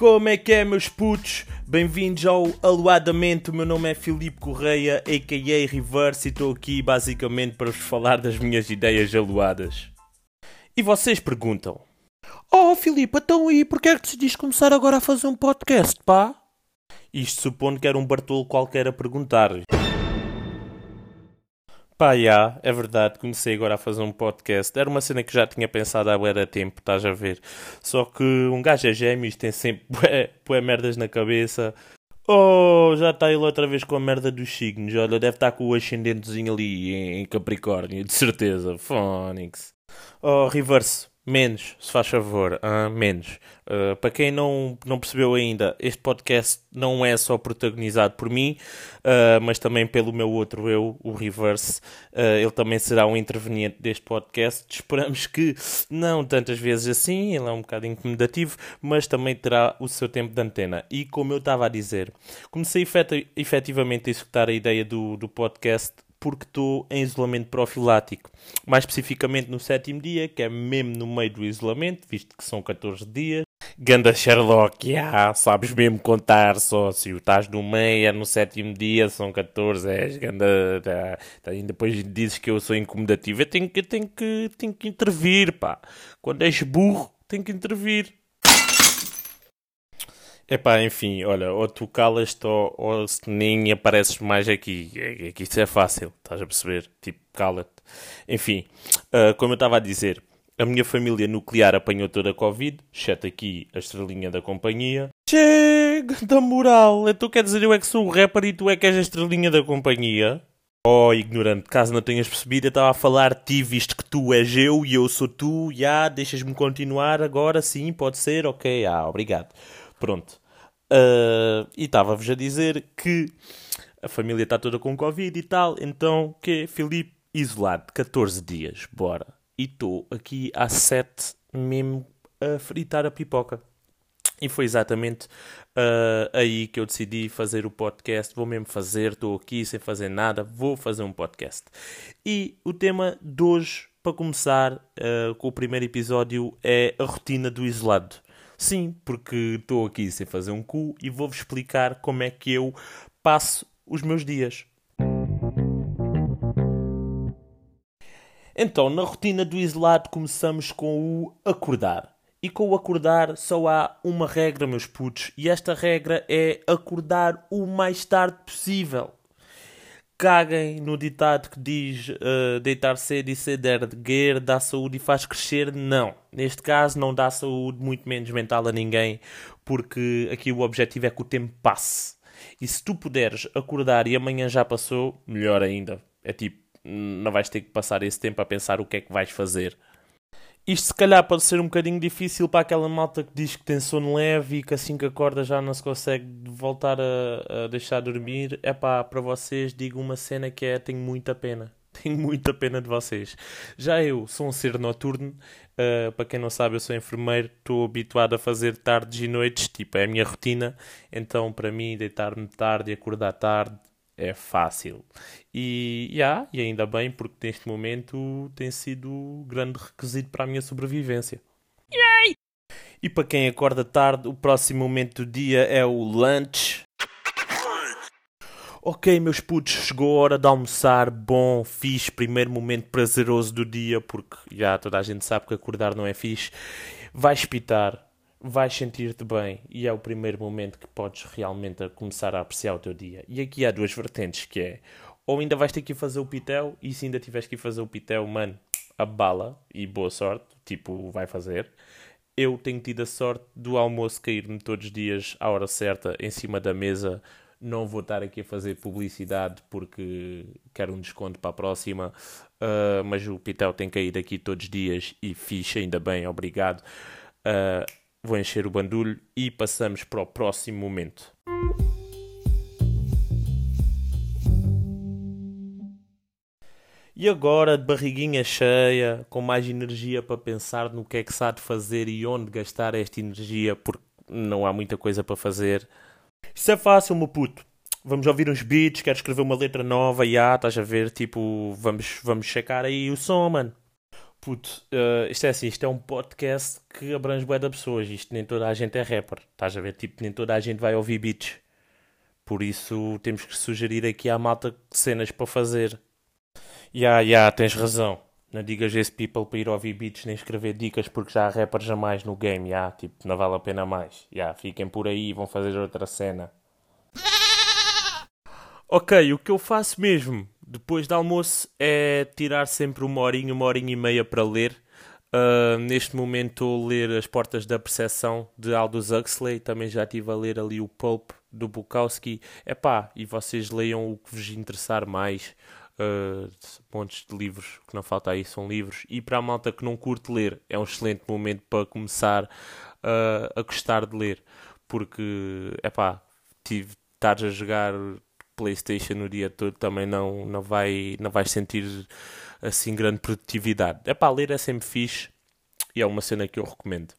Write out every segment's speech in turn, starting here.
Como é que é, meus putos? Bem-vindos ao Aluadamente. O meu nome é Filipe Correia, a.k.a. Reverse, e estou aqui basicamente para vos falar das minhas ideias aluadas. E vocês perguntam: Oh Filipe, então e porquê é que decidiste começar agora a fazer um podcast, pá? Isto supondo que era um Bartolo qualquer a perguntar. Pá, já, é verdade, comecei agora a fazer um podcast. Era uma cena que já tinha pensado há bué de tempo, estás a ver? Só que um gajo é gêmeos, tem sempre bué merdas na cabeça. Oh, já está ele outra vez com a merda dos signos. Olha, deve estar com o ascendentezinho ali em Capricórnio, de certeza. Fónix. Oh, Reverse, menos, se faz favor, menos. Para quem não percebeu ainda, este podcast não é só protagonizado por mim, mas também pelo meu outro eu, o Reverse. Ele também será um interveniente deste podcast. Esperamos que não tantas vezes assim, ele é um bocado incomodativo, mas também terá o seu tempo de antena. E como eu estava a dizer, comecei efetivamente a executar a ideia do podcast porque estou em isolamento profilático. Mais especificamente no 7º dia, que é mesmo no meio do isolamento, visto que são 14 dias. Ganda Sherlock, sabes mesmo contar, sócio. Estás no meio, é no 7º dia, são 14, és ganda... E depois dizes que eu sou incomodativo. Eu tenho que intervir, pá. Quando és burro, tenho que intervir. Epá, enfim, olha, ou tu calas-te ou nem apareces mais aqui. É que isso é fácil, estás a perceber? Tipo, cala-te. Enfim, como eu estava a dizer, a minha família nuclear apanhou toda a Covid, exceto aqui a estrelinha da companhia. Chega da moral, então quer dizer eu é que sou o rapper e tu é que és a estrelinha da companhia? Oh, ignorante, caso não tenhas percebido, eu estava a falar de ti, visto que tu és eu e eu sou tu. Deixas-me continuar agora, sim, pode ser? Ok, obrigado. Pronto. E estava-vos a dizer que a família está toda com Covid e tal, então que Filipe isolado, 14 dias, bora. E estou aqui há 7 mesmo a fritar a pipoca. E foi exatamente aí que eu decidi fazer o podcast. Vou mesmo fazer, estou aqui sem fazer nada, vou fazer um podcast. E o tema de hoje, para começar com o primeiro episódio, é a rotina do isolado. Sim, porque estou aqui sem fazer um cu e vou-vos explicar como é que eu passo os meus dias. Então, na rotina do isolado começamos com o acordar. E com o acordar só há uma regra, meus putos, e esta regra é acordar o mais tarde possível. Caguem no ditado que diz deitar cedo e cedo erguer dá saúde e faz crescer. Não. Neste caso não dá saúde, muito menos mental a ninguém, porque aqui o objetivo é que o tempo passe. E se tu puderes acordar e amanhã já passou, melhor ainda. É tipo, não vais ter que passar esse tempo a pensar o que é que vais fazer. Isto se calhar pode ser um bocadinho difícil para aquela malta que diz que tem sono leve e que assim que acorda já não se consegue voltar a deixar dormir. É pá, para vocês digo uma cena que é, tenho muita pena. Tenho muita pena de vocês. Já eu sou um ser noturno, para quem não sabe eu sou enfermeiro, estou habituado a fazer tardes e noites, tipo é a minha rotina, então para mim deitar-me tarde e acordar tarde é fácil. E ainda bem, porque neste momento tem sido um grande requisito para a minha sobrevivência. Yay! E para quem acorda tarde, o próximo momento do dia é o lunch. Ok, meus putos, chegou a hora de almoçar. Bom, fixe, primeiro momento prazeroso do dia, porque já toda a gente sabe que acordar não é fixe. Vais espitar, vais sentir-te bem e é o primeiro momento que podes realmente começar a apreciar o teu dia. E aqui há duas vertentes, que é, ou ainda vais ter que ir fazer o pitel, e se ainda tiveres que ir fazer o pitel, mano, a bala e boa sorte, tipo, vai fazer. Eu tenho tido a sorte do almoço cair-me todos os dias à hora certa, em cima da mesa. Não vou estar aqui a fazer publicidade porque quero um desconto para a próxima, mas o pitel tem caído aqui todos os dias e fixe, ainda bem, obrigado. Vou encher o bandulho e passamos para o próximo momento. E agora, de barriguinha cheia, com mais energia para pensar no que é que se há de fazer e onde gastar esta energia, porque não há muita coisa para fazer. Isso é fácil, meu puto. Vamos ouvir uns beats, quero escrever uma letra nova, estás a ver, tipo, vamos checar aí o som, mano. Puto, isto é assim, isto é um podcast que abrange bué de pessoas. Isto nem toda a gente é rapper. Estás a ver? Tipo, nem toda a gente vai ouvir beats. Por isso temos que sugerir aqui à malta cenas para fazer. Tens razão. Não digas esse people para ir ouvir beats nem escrever dicas porque já há rappers a mais no game. Tipo, não vale a pena mais. Fiquem por aí e vão fazer outra cena. Ok, o que eu faço mesmo depois do almoço é tirar sempre uma horinha e meia para ler. Neste momento estou a ler As Portas da Percepção de Aldous Huxley. Também já estive a ler ali o Pulp do Bukowski. Epá, e vocês leiam o que vos interessar mais. Montes de livros, o que não falta aí são livros. E para a malta que não curte ler, é um excelente momento para começar a gostar de ler. Porque, epá, estares a jogar PlayStation o dia todo também não vais sentir assim grande produtividade. É pá, ler é sempre fixe e é uma cena que eu recomendo.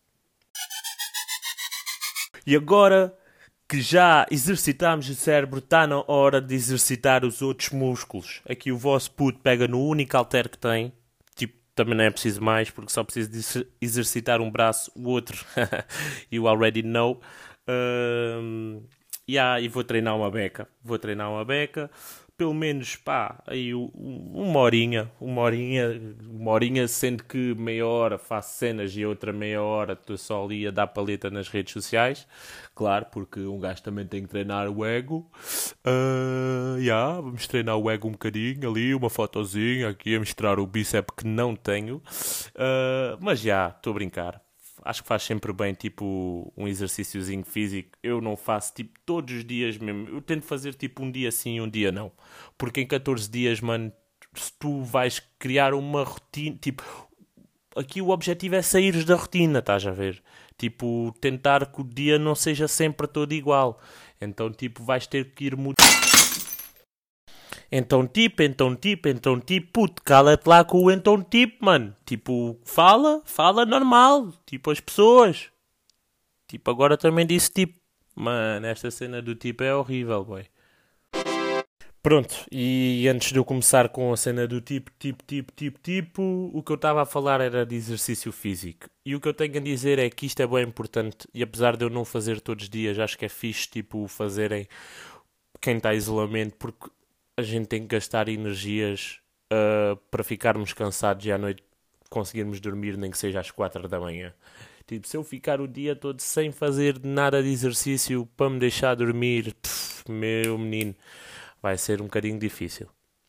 E agora que já exercitámos o cérebro, está na hora de exercitar os outros músculos. Aqui o vosso puto pega no único halter que tem. Tipo, também não é preciso mais, porque só preciso de exercitar um braço, o outro. You already know. E vou treinar uma beca. Pelo menos, pá, aí uma horinha, sendo que meia hora faço cenas e outra meia hora estou só ali a dar paleta nas redes sociais. Claro, porque um gajo também tem que treinar o ego. Vamos treinar o ego um bocadinho ali, uma fotozinha aqui a mostrar o bíceps que não tenho. Mas estou a brincar. Acho que faz sempre bem, tipo, um exercíciozinho físico. Eu não faço, tipo, todos os dias mesmo. Eu tento fazer, tipo, um dia sim, um dia não. Porque em 14 dias, mano, se tu vais criar uma rotina, tipo, aqui o objetivo é saíres da rotina, estás a ver? Tipo, tentar que o dia não seja sempre todo igual. Então, tipo, vais ter que ir mudando. Então, tipo, puto, cala-te lá com o então, tipo, mano. Tipo, fala normal. Tipo, as pessoas. Tipo, agora também disse tipo. Mano, esta cena do tipo é horrível, boy. Pronto, e antes de eu começar com a cena do tipo, o que eu estava a falar era de exercício físico. E o que eu tenho a dizer é que isto é bem importante, e apesar de eu não fazer todos os dias, acho que é fixe, tipo, fazerem quem está em isolamento, porque a gente tem que gastar energias para ficarmos cansados e à noite conseguirmos dormir, nem que seja às 4 da manhã. Tipo, se eu ficar o dia todo sem fazer nada de exercício para me deixar dormir, meu menino, vai ser um bocadinho difícil.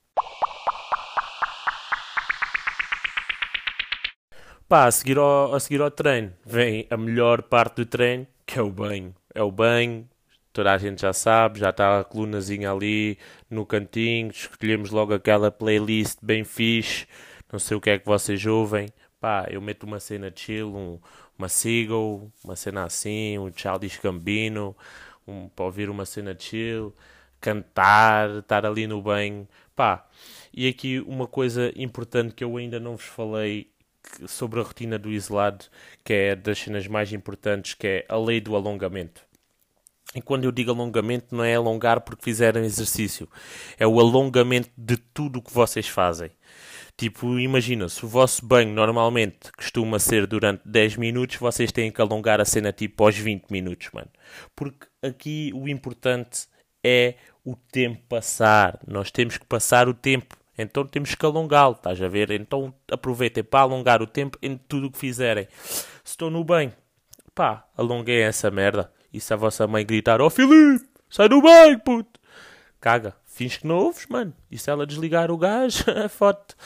Pá, a seguir ao treino, vem a melhor parte do treino, que é o banho. É o banho, toda a gente já sabe, já está a colunazinha ali no cantinho, escolhemos logo aquela playlist bem fixe, não sei o que é que vocês ouvem. Pá, eu meto uma cena chill, uma Seagull, uma cena assim, um Childish Gambino, para ouvir uma cena chill, cantar, estar ali no banho. Pá, e aqui uma coisa importante que eu ainda não vos falei sobre a rotina do isolado, que é das cenas mais importantes, que é a lei do alongamento. E quando eu digo alongamento, não é alongar porque fizeram exercício. É o alongamento de tudo o que vocês fazem. Tipo, imagina, se o vosso banho normalmente costuma ser durante 10 minutos, vocês têm que alongar a cena tipo aos 20 minutos, mano. Porque aqui o importante é o tempo passar. Nós temos que passar o tempo. Então temos que alongá-lo, estás a ver? Então aproveitem para alongar o tempo em tudo o que fizerem. Se estou no banho, pá, alonguei essa merda. E se a vossa mãe gritar, ó Filipe, sai do banho, puto. Caga, finge que não ouves, mano. E se ela desligar o gás, foto.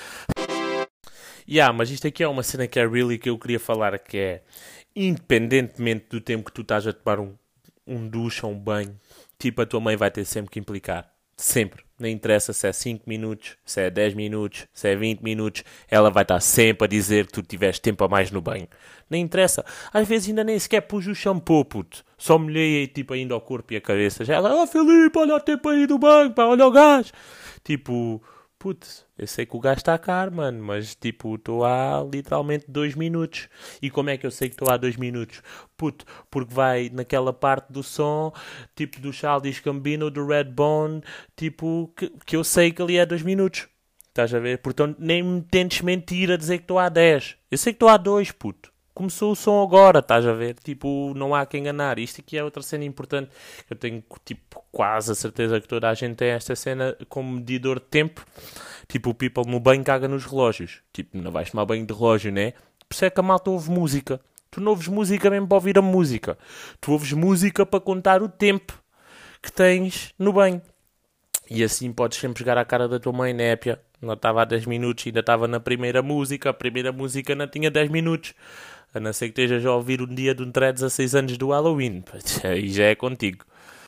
Mas isto aqui é uma cena que é really que eu queria falar, que é, independentemente do tempo que tu estás a tomar um duche ou um banho, tipo, a tua mãe vai ter sempre que implicar. Sempre. Não interessa se é 5 minutos, se é 10 minutos, se é 20 minutos, ela vai estar sempre a dizer que tu tiveste tempo a mais no banho. Não interessa. Às vezes ainda nem sequer pus o shampoo, puto. Só molhei tipo ainda o corpo e a cabeça. Já ela, Filipe, olha o tempo aí do banho, pá, olha o gás. Tipo, putz, eu sei que o gás está caro, mano, mas tipo, estou há literalmente 2 minutos. E como é que eu sei que estou há 2 minutos? Puto, porque vai naquela parte do som, tipo do Childish Gambino, do Redbone, tipo, que eu sei que ali é 2 minutos. Estás a ver? Portanto, nem me tentes mentir a dizer que estou a 10. Eu sei que estou a 2, puto. Começou o som agora, estás a ver? Tipo, não há que enganar. Isto aqui é outra cena importante. Eu tenho, tipo, quase a certeza que toda a gente tem esta cena como medidor de tempo. Tipo, o people no banho caga nos relógios. Tipo, não vais tomar banho de relógio, né? Por isso é que a malta ouve música. Tu não ouves música mesmo para ouvir a música. Tu ouves música para contar o tempo que tens no banho. E assim podes sempre jogar à cara da tua mãe, népia. Não estava há 10 minutos, ainda estava na primeira música. A primeira música não tinha 10 minutos. A não ser que estejas a ouvir um dia de um 16 anos do Halloween. Aí já é contigo.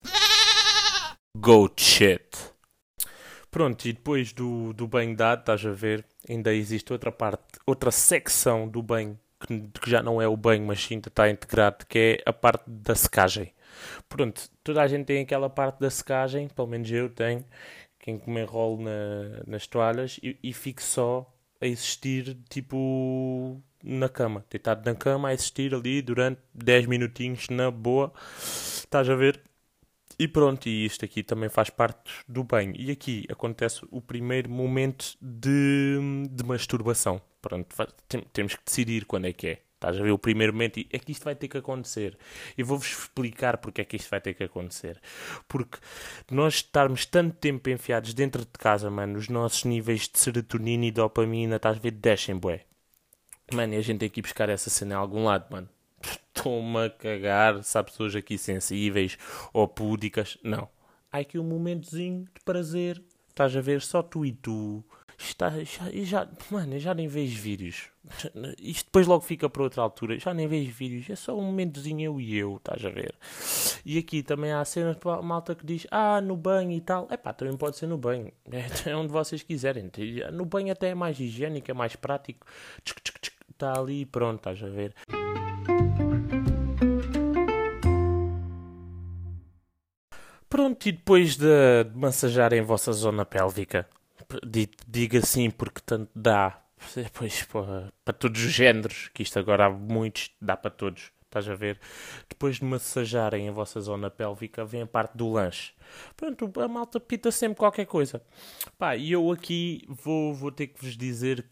Goat shit. Pronto, e depois do banho dado, estás a ver, ainda existe outra parte, outra secção do banho, que já não é o banho, mas sim está integrado, que é a parte da secagem. Pronto, toda a gente tem aquela parte da secagem, pelo menos eu tenho, em que me enrolo nas toalhas e fico só a existir, tipo, na cama. Deitado na cama, a existir ali durante 10 minutinhos, na boa. Estás a ver? E pronto, e isto aqui também faz parte do banho. E aqui acontece o primeiro momento de masturbação. Pronto, temos que decidir quando é que é. Estás a ver o primeiro momento e é que isto vai ter que acontecer. E vou-vos explicar porque é que isto vai ter que acontecer. Porque nós estarmos tanto tempo enfiados dentro de casa, mano, os nossos níveis de serotonina e dopamina, estás a ver, descem, bué. Mano, e a gente tem que ir buscar essa cena em algum lado, mano. Estou-me a cagar se há pessoas aqui sensíveis ou púdicas. Não. Há aqui um momentozinho de prazer. Estás a ver? Só tu e tu. Mano, eu já nem vejo vídeos. Isto depois logo fica para outra altura. Já nem vejo vídeos. É só um momentozinho eu e eu. Estás a ver? E aqui também há cenas para malta que diz no banho e tal. Epá, também pode ser no banho. É onde vocês quiserem. No banho até é mais higiênico, é mais prático. Está ali e pronto, estás a ver? Pronto, e depois de massajarem a vossa zona pélvica, diga assim porque tanto dá, depois para todos os géneros, que isto agora há muitos, dá para todos, estás a ver? Depois de massajarem a vossa zona pélvica, vem a parte do lanche. Pronto, a malta pita sempre qualquer coisa. Pá, e eu aqui vou ter que vos dizer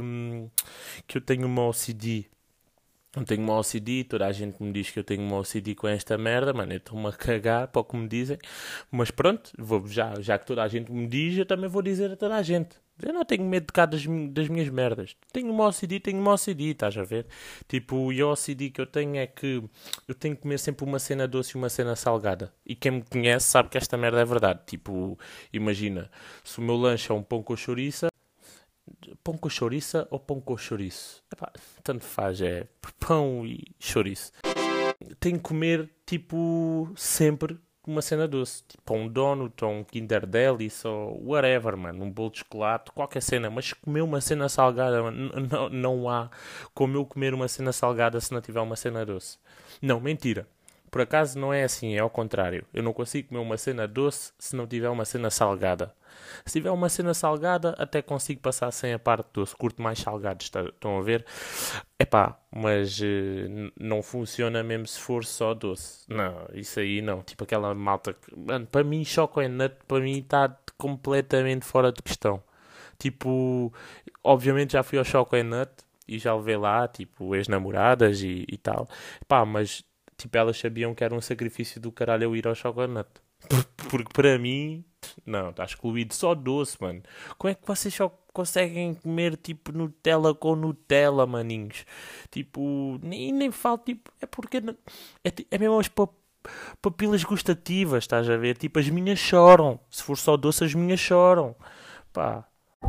que eu tenho uma OCD. Não tenho uma OCD, toda a gente me diz que eu tenho uma OCD com esta merda, mano, eu estou-me a cagar para o que me dizem, mas pronto, já que toda a gente me diz, eu também vou dizer a toda a gente. Eu não tenho medo de cá das minhas merdas. Tenho uma OCD, estás a ver? Tipo, e a OCD que eu tenho é que eu tenho que comer sempre uma cena doce e uma cena salgada. E quem me conhece sabe que esta merda é verdade. Tipo, imagina, se o meu lanche é um pão com chouriça, pão com chouriça ou pão com chouriço? Epá, tanto faz, é pão e chouriço. Tenho que comer, tipo, sempre uma cena doce. Tipo, um donut, ou um Kinder Delice, ou whatever, mano. Um bolo de chocolate, qualquer cena. Mas comer uma cena salgada, mano, não há como eu comer uma cena salgada se não tiver uma cena doce. Não, mentira. Por acaso não é assim, é ao contrário. Eu não consigo comer uma cena doce se não tiver uma cena salgada. Se tiver uma cena salgada, até consigo passar sem a parte doce. Curto mais salgados, estão a ver? Epá, mas não funciona mesmo se for só doce. Não, isso aí não. Tipo aquela malta que... Mano, para mim, chocolate, para mim está completamente fora de questão. Tipo, obviamente já fui ao chocolate e já levei lá, tipo, ex-namoradas e tal. Pá, mas... Tipo, elas sabiam que era um sacrifício do caralho eu ir ao chocolate. Porque para mim, não, está excluído só doce, mano. Como é que vocês só conseguem comer, tipo, Nutella com Nutella, maninhos? Tipo, nem falo, tipo, é porque é mesmo as papilas gustativas, estás a ver? Tipo, as minhas choram. Se for só doce, as minhas choram. Pá.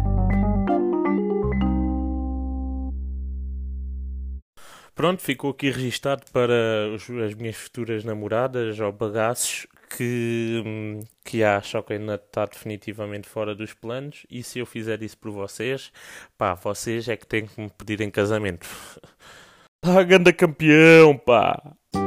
Pronto, ficou aqui registado para as minhas futuras namoradas ou bagaços que a Chocolate está definitivamente fora dos planos e se eu fizer isso por vocês, pá, vocês é que têm que me pedir em casamento. Ah, ganda campeão, pá!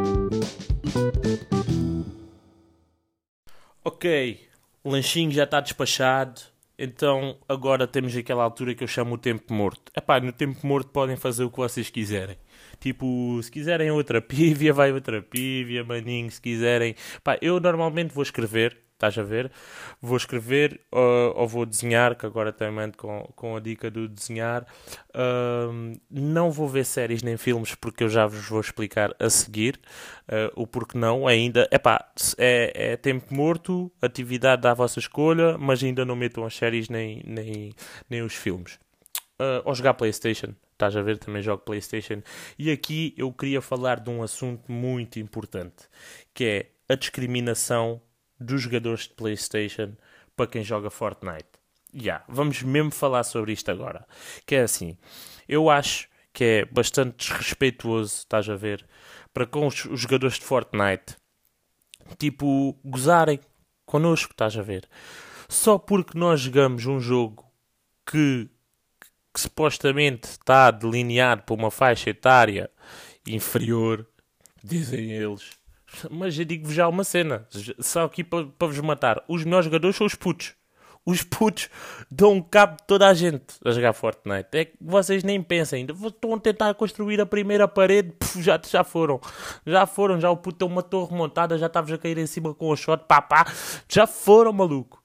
Ok, o lanchinho já está despachado. Então agora temos aquela altura que eu chamo o tempo morto. Epá, no tempo morto podem fazer o que vocês quiserem. Tipo, se quiserem outra pívia, vai outra pívia, maninho, se quiserem. Pá, eu normalmente vou escrever. estás a ver? Vou escrever ou vou desenhar, que agora também ando com a dica do desenhar. Não vou ver séries nem filmes, porque eu já vos vou explicar a seguir o porquê não ainda. Epá, é tempo morto, atividade à vossa escolha, mas ainda não metam as séries nem os filmes. Ou jogar PlayStation. Estás a ver? Também jogo PlayStation. E aqui eu queria falar de um assunto muito importante, que é a discriminação dos jogadores de PlayStation para quem joga Fortnite. Vamos mesmo falar sobre isto agora. Que é assim, eu acho que é bastante desrespeituoso, estás a ver, para com os jogadores de Fortnite, tipo, gozarem connosco, estás a ver. Só porque nós jogamos um jogo que supostamente está delineado por uma faixa etária inferior, dizem eles. Mas eu digo-vos já uma cena, só aqui para vos matar. Os melhores jogadores são os putos. Os putos dão cabo de toda a gente a jogar Fortnite. É que vocês nem pensem. Ainda estão a tentar construir a primeira parede. Já foram. Já o puto tem uma torre montada. Já estavas a cair em cima com o shot. Pá. Já foram, maluco.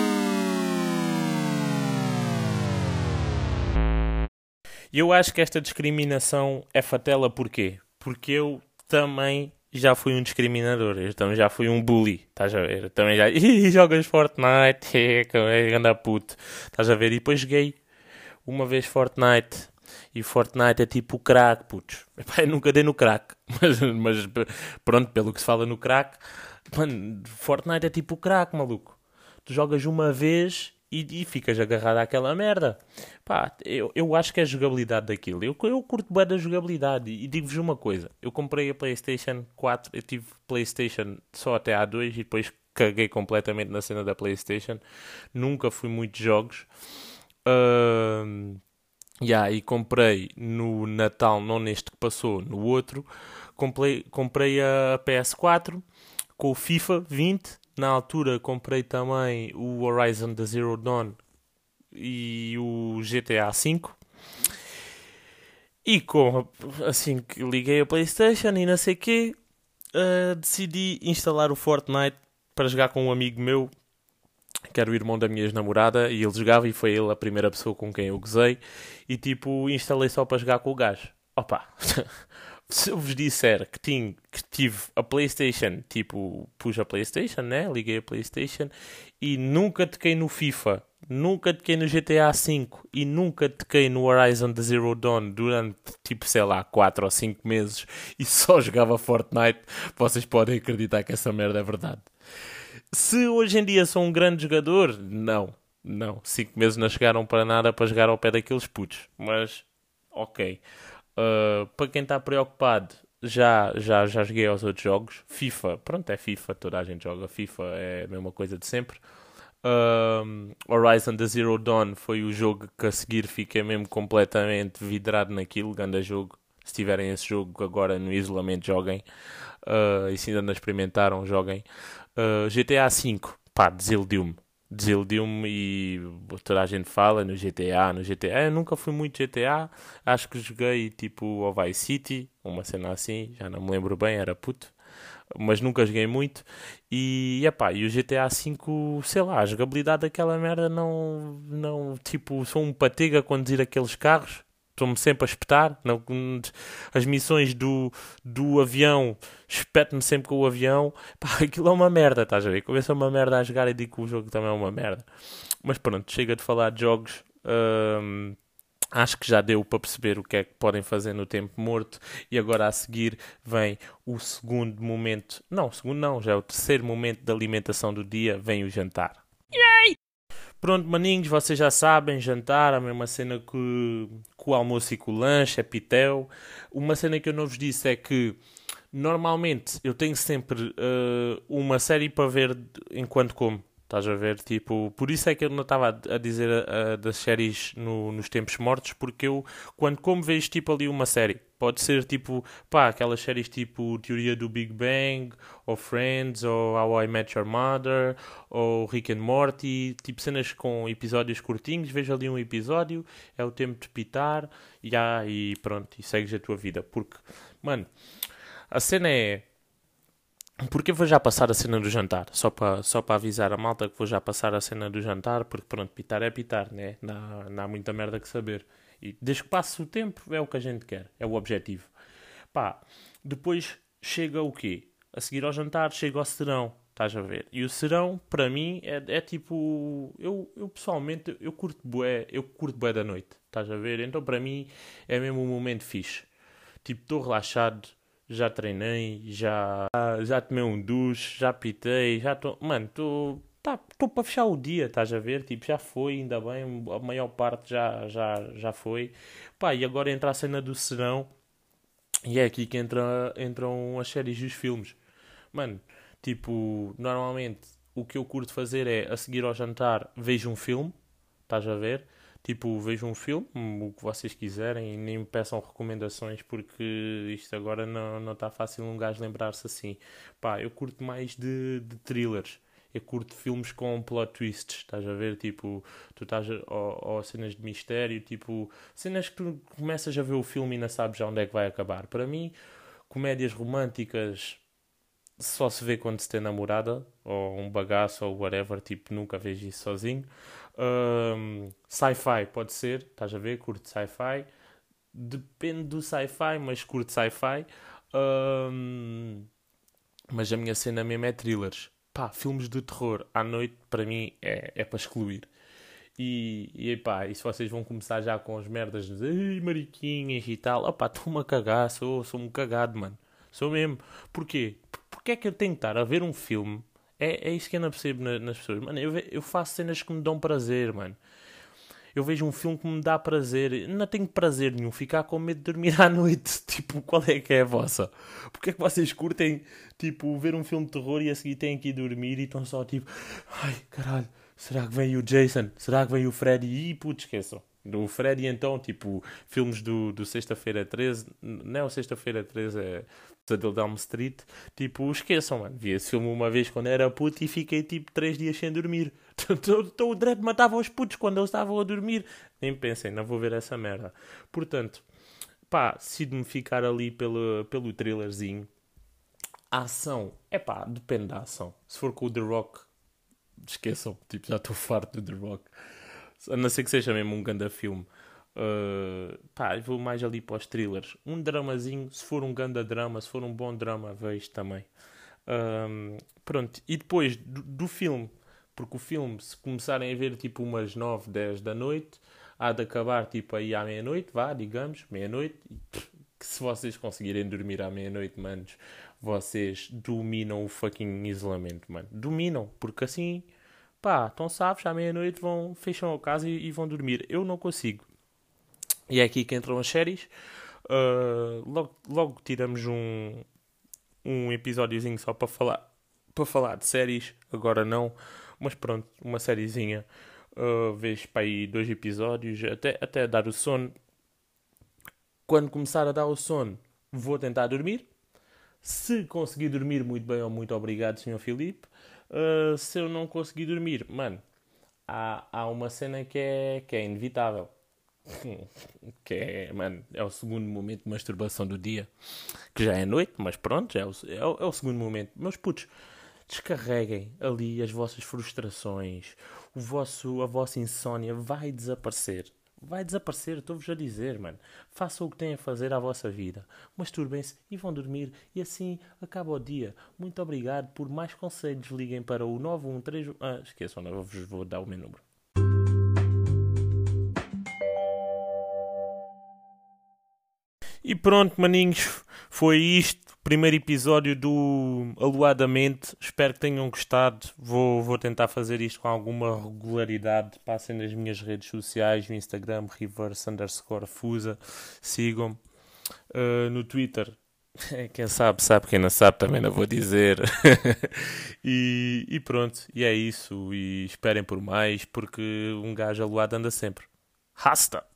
E eu acho que esta discriminação é fatela porquê? Porque eu também já fui um discriminador, eu também já fui um bully, estás a ver? Eu também já, jogas Fortnite, anda puto, estás a ver? E depois joguei uma vez Fortnite, e Fortnite é tipo o crack, putos. Epá, eu nunca dei no crack, mas pronto, pelo que se fala no crack, mano, Fortnite é tipo o crack, maluco. Tu jogas uma vez e ficas agarrado àquela merda. Pá, eu acho que é a jogabilidade daquilo. Eu curto bem da jogabilidade. E digo-vos uma coisa. Eu comprei a PlayStation 4. Eu tive PlayStation só até à 2 e depois caguei completamente na cena da PlayStation. Nunca fui muito de jogos. E comprei no Natal, não neste que passou, no outro. Comprei a PS4 com o FIFA 20. Na altura comprei também o Horizon da Zero Dawn e o GTA V. E assim que liguei a PlayStation e não sei o quê, decidi instalar o Fortnite para jogar com um amigo meu, que era o irmão da minha ex-namorada, e ele jogava e foi ele a primeira pessoa com quem eu gozei. E tipo, instalei só para jogar com o gajo. Opa! Se eu vos disser que tive a PlayStation, tipo, pus a PlayStation, né? Liguei a PlayStation e nunca toquei no FIFA, nunca toquei no GTA V e nunca toquei no Horizon the Zero Dawn durante, tipo, sei lá, 4 ou 5 meses e só jogava Fortnite, vocês podem acreditar que essa merda é verdade. Se hoje em dia sou um grande jogador, não. 5 meses não chegaram para nada para jogar ao pé daqueles putos, mas ok. Para quem está preocupado, já joguei aos outros jogos. FIFA, pronto, é FIFA, toda a gente joga FIFA, é a mesma coisa de sempre. Horizon the Zero Dawn foi o jogo que a seguir fiquei mesmo completamente vidrado naquilo, grande jogo. Se tiverem esse jogo agora no isolamento, joguem. E se ainda não experimentaram, joguem. GTA V, pá, desiludiu-me e toda a gente fala no GTA. Eu nunca fui muito GTA, acho que joguei tipo o Vice City, uma cena assim, já não me lembro bem, era puto, mas nunca joguei muito. E o GTA V, sei lá, a jogabilidade daquela merda não, tipo, sou um patega a conduzir aqueles carros. Estou-me sempre a espetar. Não, as missões do avião, espeto-me sempre com o avião. Pá, aquilo é uma merda, estás a ver? Começa uma merda a jogar e digo que o jogo também é uma merda. Mas pronto, chega de falar de jogos. Acho que já deu para perceber o que é que podem fazer no tempo morto. E agora a seguir vem o segundo momento. Não, o segundo não, já é o terceiro momento da alimentação do dia. Vem o jantar. Pronto, maninhos, vocês já sabem, jantar, a mesma cena que o almoço e com o lanche, é pitel. Uma cena que eu não vos disse é que normalmente eu tenho sempre uma série para ver enquanto como. Estás a ver? Tipo, por isso é que eu não estava a dizer das séries nos tempos mortos, porque eu, quando como, vejo tipo ali uma série. Pode ser tipo, pá, aquelas séries tipo Teoria do Big Bang, ou Friends, ou How I Met Your Mother, ou Rick and Morty, tipo cenas com episódios curtinhos, vejo ali um episódio, é o tempo de pitar, e pronto, e segues a tua vida. Porque, mano, a cena é, Porque eu vou já passar a cena do jantar. Só para avisar a malta que vou já passar a cena do jantar. Porque pronto, pitar é pitar, né? Não há muita merda que saber. E desde que passe o tempo é o que a gente quer. É o objetivo. Pá, depois chega o quê? A seguir ao jantar chega ao serão. Estás a ver? E o serão, para mim, é tipo... Eu pessoalmente, eu curto bué da noite. Estás a ver? Então para mim é mesmo um momento fixe. Tipo, estou relaxado, já treinei, já tomei um duche, já pitei, já estou... Mano, estou para fechar o dia, estás a ver? Tipo, já foi, ainda bem, a maior parte já foi. Pá, e agora entra a cena do serão e é aqui que entram as séries e os filmes. Mano, tipo, normalmente o que eu curto fazer é, a seguir ao jantar, vejo um filme, estás a ver? Tipo, vejo um filme, o que vocês quiserem, e nem me peçam recomendações porque isto agora não está fácil um gajo lembrar-se assim. Pá, eu curto mais de thrillers. Eu curto filmes com plot twists, estás a ver? Tipo, tu estás ou cenas de mistério, tipo, cenas que tu começas a ver o filme e não sabes já onde é que vai acabar. Para mim, comédias românticas só se vê quando se tem namorada, ou um bagaço, ou whatever, tipo, nunca vejo isso sozinho. Sci-fi pode ser, estás a ver? Curto sci-fi. Depende do sci-fi, mas curto sci-fi. Ahm, mas a minha cena mesmo é thrillers. Pá, filmes de terror à noite, para mim, é para excluir. E se vocês vão começar já com as merdas de "Ei, mariquinhas e tal, opá, estou-me a cagar, sou-me cagado, mano. Sou mesmo. Porquê? Porque é que eu tenho que estar a ver um filme? É isso que eu não percebo nas pessoas. Mano, eu faço cenas que me dão prazer, mano. Eu vejo um filme que me dá prazer. Eu não tenho prazer nenhum ficar com medo de dormir à noite. Tipo, qual é que é a vossa? Porque é que vocês curtem, tipo, ver um filme de terror e a seguir têm que ir dormir e estão só tipo, ai, caralho, será que vem o Jason? Será que vem o Freddy? Ih, putz, esqueçam. Do Freddy, então, tipo, filmes do Sexta-feira 13, não é o Sexta-feira 13, é Pesadelo de Elm Street, tipo, esqueçam, mano. Vi esse filme uma vez quando era puto e fiquei, tipo, 3 dias sem dormir. Então o Dredd matava os putos quando eles estavam a dormir. Nem pensem, não vou ver essa merda. Portanto, pá, decido-me ficar ali pelo thrillerzinho. A ação, é pá, depende da ação. Se for com o The Rock, esqueçam, tipo, já estou farto do The Rock. A não ser que seja mesmo um ganda filme. Pá, eu vou mais ali para os thrillers. Um dramazinho, se for um ganda drama, se for um bom drama, vejo também. Pronto, e depois do filme, porque o filme, se começarem a ver tipo umas 9 10 da noite, há de acabar tipo aí à meia-noite, vá, digamos, meia-noite, e que se vocês conseguirem dormir à meia-noite, manos, vocês dominam o fucking isolamento, mano. Dominam, porque assim, pá, estão safos, à meia-noite vão, fecham a casa e vão dormir. Eu não consigo. E é aqui que entram as séries. Logo tiramos um episódiozinho só para falar de séries. Agora não, mas pronto, uma sériezinha. Vejo para aí 2 episódios até dar o sono. Quando começar a dar o sono, vou tentar dormir. Se conseguir dormir muito bem, ou muito obrigado, Sr. Filipe. Se eu não conseguir dormir, mano, há uma cena que é inevitável. Que é, mano, é o segundo momento de masturbação do dia. Que já é noite, mas pronto, já é o segundo momento. Meus putos, descarreguem ali as vossas frustrações. A vossa insónia vai desaparecer. Vai desaparecer, estou-vos a dizer, mano. Façam o que têm a fazer à vossa vida. Masturbem-se e vão dormir. E assim acaba o dia. Muito obrigado. Por mais conselhos, liguem para o 913... esqueçam, não vos vou dar o meu número. E pronto, maninhos, foi isto. Primeiro episódio do Aluadamente. Espero que tenham gostado. Vou tentar fazer isto com alguma regularidade. Passem nas minhas redes sociais, no Instagram, reverse_fusa. Sigam-me. No Twitter. Quem sabe. Quem não sabe também não vou dizer. E pronto, e é isso. E esperem por mais, porque um gajo aluado anda sempre. Rasta!